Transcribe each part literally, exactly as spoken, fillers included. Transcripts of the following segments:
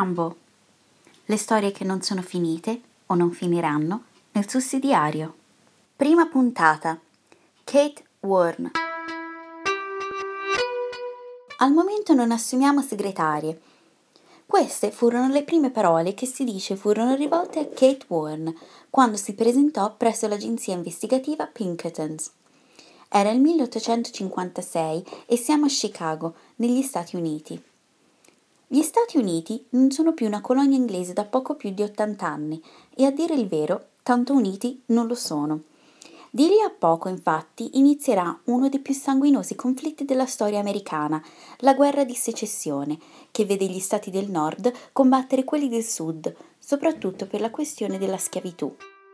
Rambo. Le storie che non sono finite o non finiranno nel sussidiario. Prima puntata. Kate Warren. Al momento non assumiamo segretarie. Queste furono le prime parole che si dice furono rivolte a Kate Warren quando si presentò presso l'agenzia investigativa Pinkertons. Era il milleottocentocinquantasei e siamo a Chicago, negli Stati Uniti. Gli Stati Uniti non sono più una colonia inglese da poco più di ottanta anni e, a dire il vero, tanto uniti non lo sono. Di lì a poco, infatti, inizierà uno dei più sanguinosi conflitti della storia americana, la guerra di secessione, che vede gli stati del nord combattere quelli del sud, soprattutto per la questione della schiavitù.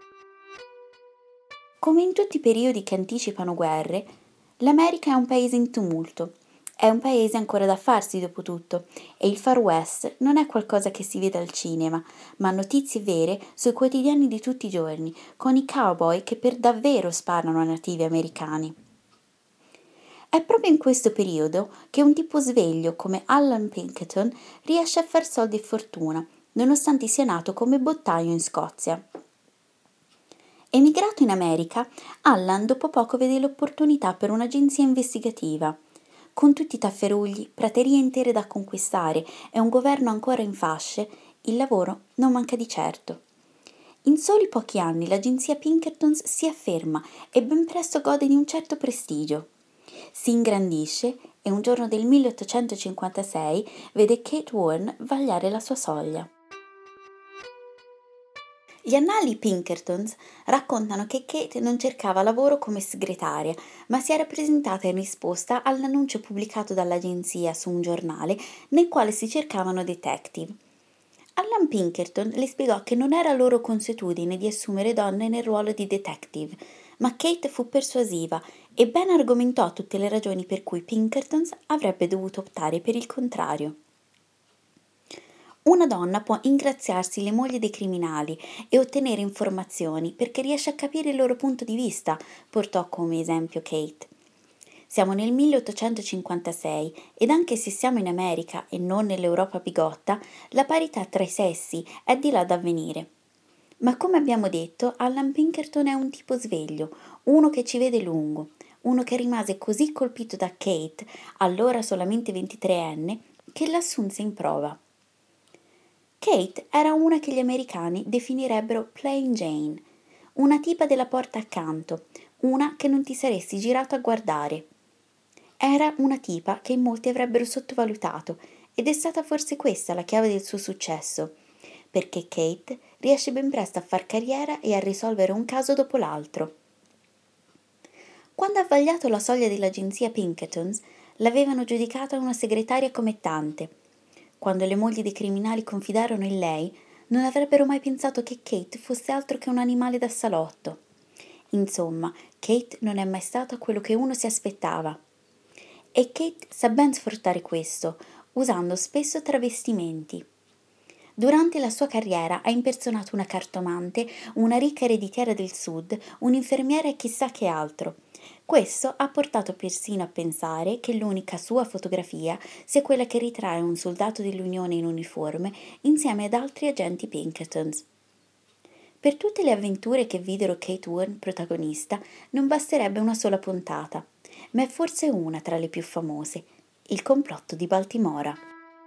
Come in tutti i periodi che anticipano guerre, l'America è un paese in tumulto. È un paese ancora da farsi dopo tutto, e il Far West non è qualcosa che si vede al cinema, ma notizie vere sui quotidiani di tutti i giorni, con i cowboy che per davvero sparano a nativi americani. È proprio in questo periodo che un tipo sveglio come Alan Pinkerton riesce a far soldi e fortuna, nonostante sia nato come bottaio in Scozia. Emigrato in America, Allan dopo poco vede l'opportunità per un'agenzia investigativa. Con tutti i tafferugli, praterie intere da conquistare e un governo ancora in fasce, il lavoro non manca di certo. In soli pochi anni l'agenzia Pinkertons si afferma e ben presto gode di un certo prestigio. Si ingrandisce e un giorno del milleottocentocinquantasei vede Kate Warren vagliare la sua soglia. Gli annali Pinkertons raccontano che Kate non cercava lavoro come segretaria, ma si era presentata in risposta all'annuncio pubblicato dall'agenzia su un giornale nel quale si cercavano detective. Alan Pinkerton le spiegò che non era loro consuetudine di assumere donne nel ruolo di detective, ma Kate fu persuasiva e ben argomentò tutte le ragioni per cui Pinkertons avrebbe dovuto optare per il contrario. Una donna può ingraziarsi le mogli dei criminali e ottenere informazioni perché riesce a capire il loro punto di vista, portò come esempio Kate. Siamo nel milleottocentocinquantasei ed anche se siamo in America e non nell'Europa bigotta, la parità tra i sessi è di là da avvenire. Ma come abbiamo detto, Alan Pinkerton è un tipo sveglio, uno che ci vede lungo, uno che rimase così colpito da Kate, allora solamente ventitreenne, che l'assunse in prova. Kate era una che gli americani definirebbero plain Jane, una tipa della porta accanto, una che non ti saresti girato a guardare. Era una tipa che in molti avrebbero sottovalutato ed è stata forse questa la chiave del suo successo, perché Kate riesce ben presto a far carriera e a risolvere un caso dopo l'altro. Quando ha vagliato la soglia dell'agenzia Pinkertons, l'avevano giudicata una segretaria come tante. Quando le mogli dei criminali confidarono in lei, non avrebbero mai pensato che Kate fosse altro che un animale da salotto. Insomma, Kate non è mai stata quello che uno si aspettava. E Kate sa ben sfruttare questo, usando spesso travestimenti. Durante la sua carriera ha impersonato una cartomante, una ricca ereditiera del sud, un'infermiera e chissà che altro. Questo ha portato persino a pensare che l'unica sua fotografia sia quella che ritrae un soldato dell'Unione in uniforme insieme ad altri agenti Pinkertons. Per tutte le avventure che videro Kate Warren protagonista non basterebbe una sola puntata, ma è forse una tra le più famose, il complotto di Baltimora.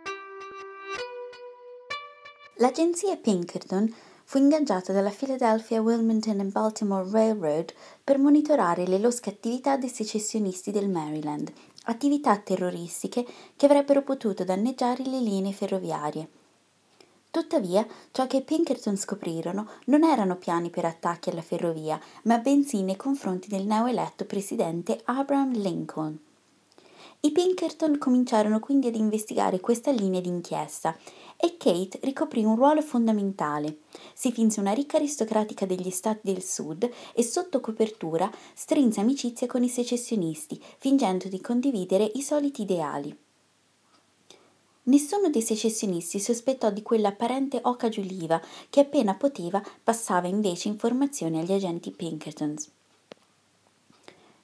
L'agenzia Pinkerton fu ingaggiata dalla Philadelphia, Wilmington and Baltimore Railroad per monitorare le losche attività dei secessionisti del Maryland, attività terroristiche che avrebbero potuto danneggiare le linee ferroviarie. Tuttavia, ciò che i Pinkerton scoprirono non erano piani per attacchi alla ferrovia, ma bensì nei confronti del neoeletto presidente Abraham Lincoln. I Pinkerton cominciarono quindi ad investigare questa linea d'inchiesta e Kate ricoprì un ruolo fondamentale. Si finse una ricca aristocratica degli stati del sud e sotto copertura strinse amicizia con i secessionisti, fingendo di condividere i soliti ideali. Nessuno dei secessionisti sospettò di quell'apparente oca giuliva che appena poteva passava invece informazioni agli agenti Pinkertons.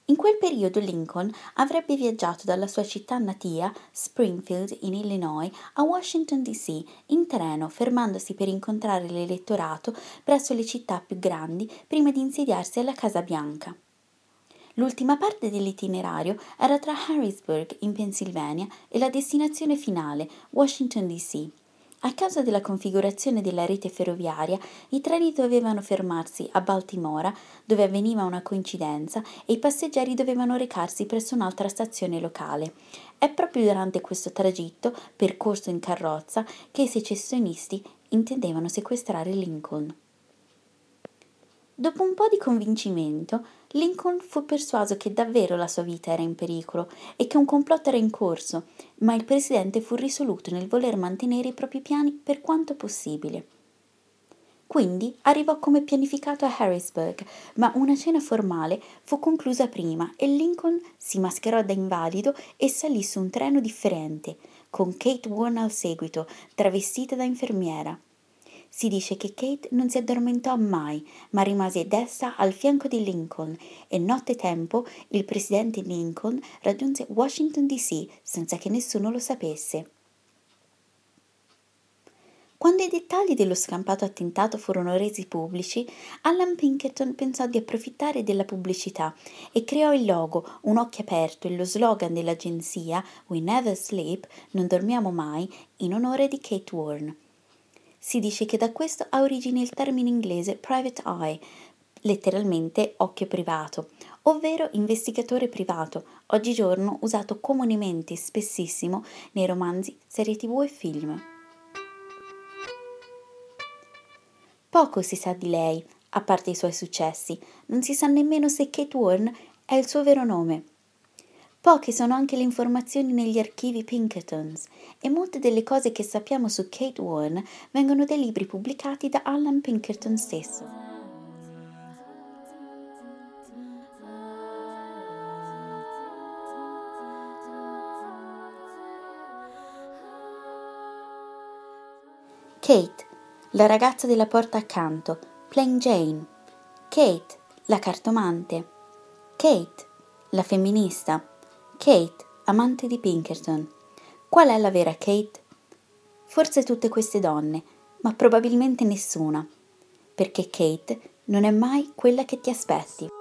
In quel periodo Lincoln avrebbe viaggiato dalla sua città natia, Springfield in Illinois, a Washington D C in treno, fermandosi per incontrare l'elettorato presso le città più grandi prima di insediarsi alla Casa Bianca. L'ultima parte dell'itinerario era tra Harrisburg, in Pennsylvania, e la destinazione finale, Washington D C. A causa della configurazione della rete ferroviaria, i treni dovevano fermarsi a Baltimora, dove avveniva una coincidenza, e i passeggeri dovevano recarsi presso un'altra stazione locale. È proprio durante questo tragitto, percorso in carrozza, che i secessionisti intendevano sequestrare Lincoln. Dopo un po' di convincimento, Lincoln fu persuaso che davvero la sua vita era in pericolo e che un complotto era in corso, ma il presidente fu risoluto nel voler mantenere i propri piani per quanto possibile. Quindi arrivò come pianificato a Harrisburg, ma una cena formale fu conclusa prima e Lincoln si mascherò da invalido e salì su un treno differente, con Kate Warren al seguito, travestita da infermiera. Si dice che Kate non si addormentò mai, ma rimase desta al fianco di Lincoln e nottetempo il presidente Lincoln raggiunse Washington D C senza che nessuno lo sapesse. Quando i dettagli dello scampato attentato furono resi pubblici, Alan Pinkerton pensò di approfittare della pubblicità e creò il logo, un occhio aperto e lo slogan dell'agenzia We Never Sleep, non dormiamo mai, in onore di Kate Warren. Si dice che da questo ha origine il termine inglese private eye, letteralmente occhio privato, ovvero investigatore privato, oggigiorno usato comunemente e spessissimo nei romanzi, serie tv e film. Poco si sa di lei, a parte i suoi successi, non si sa nemmeno se Kate Warren è il suo vero nome. Poche sono anche le informazioni negli archivi Pinkertons e molte delle cose che sappiamo su Kate Warren vengono dai libri pubblicati da Alan Pinkerton stesso. Kate, la ragazza della porta accanto, Plain Jane. Kate, la cartomante. Kate, la femminista. Kate, amante di Pinkerton. Qual è la vera Kate? Forse tutte queste donne, ma probabilmente nessuna, perché Kate non è mai quella che ti aspetti.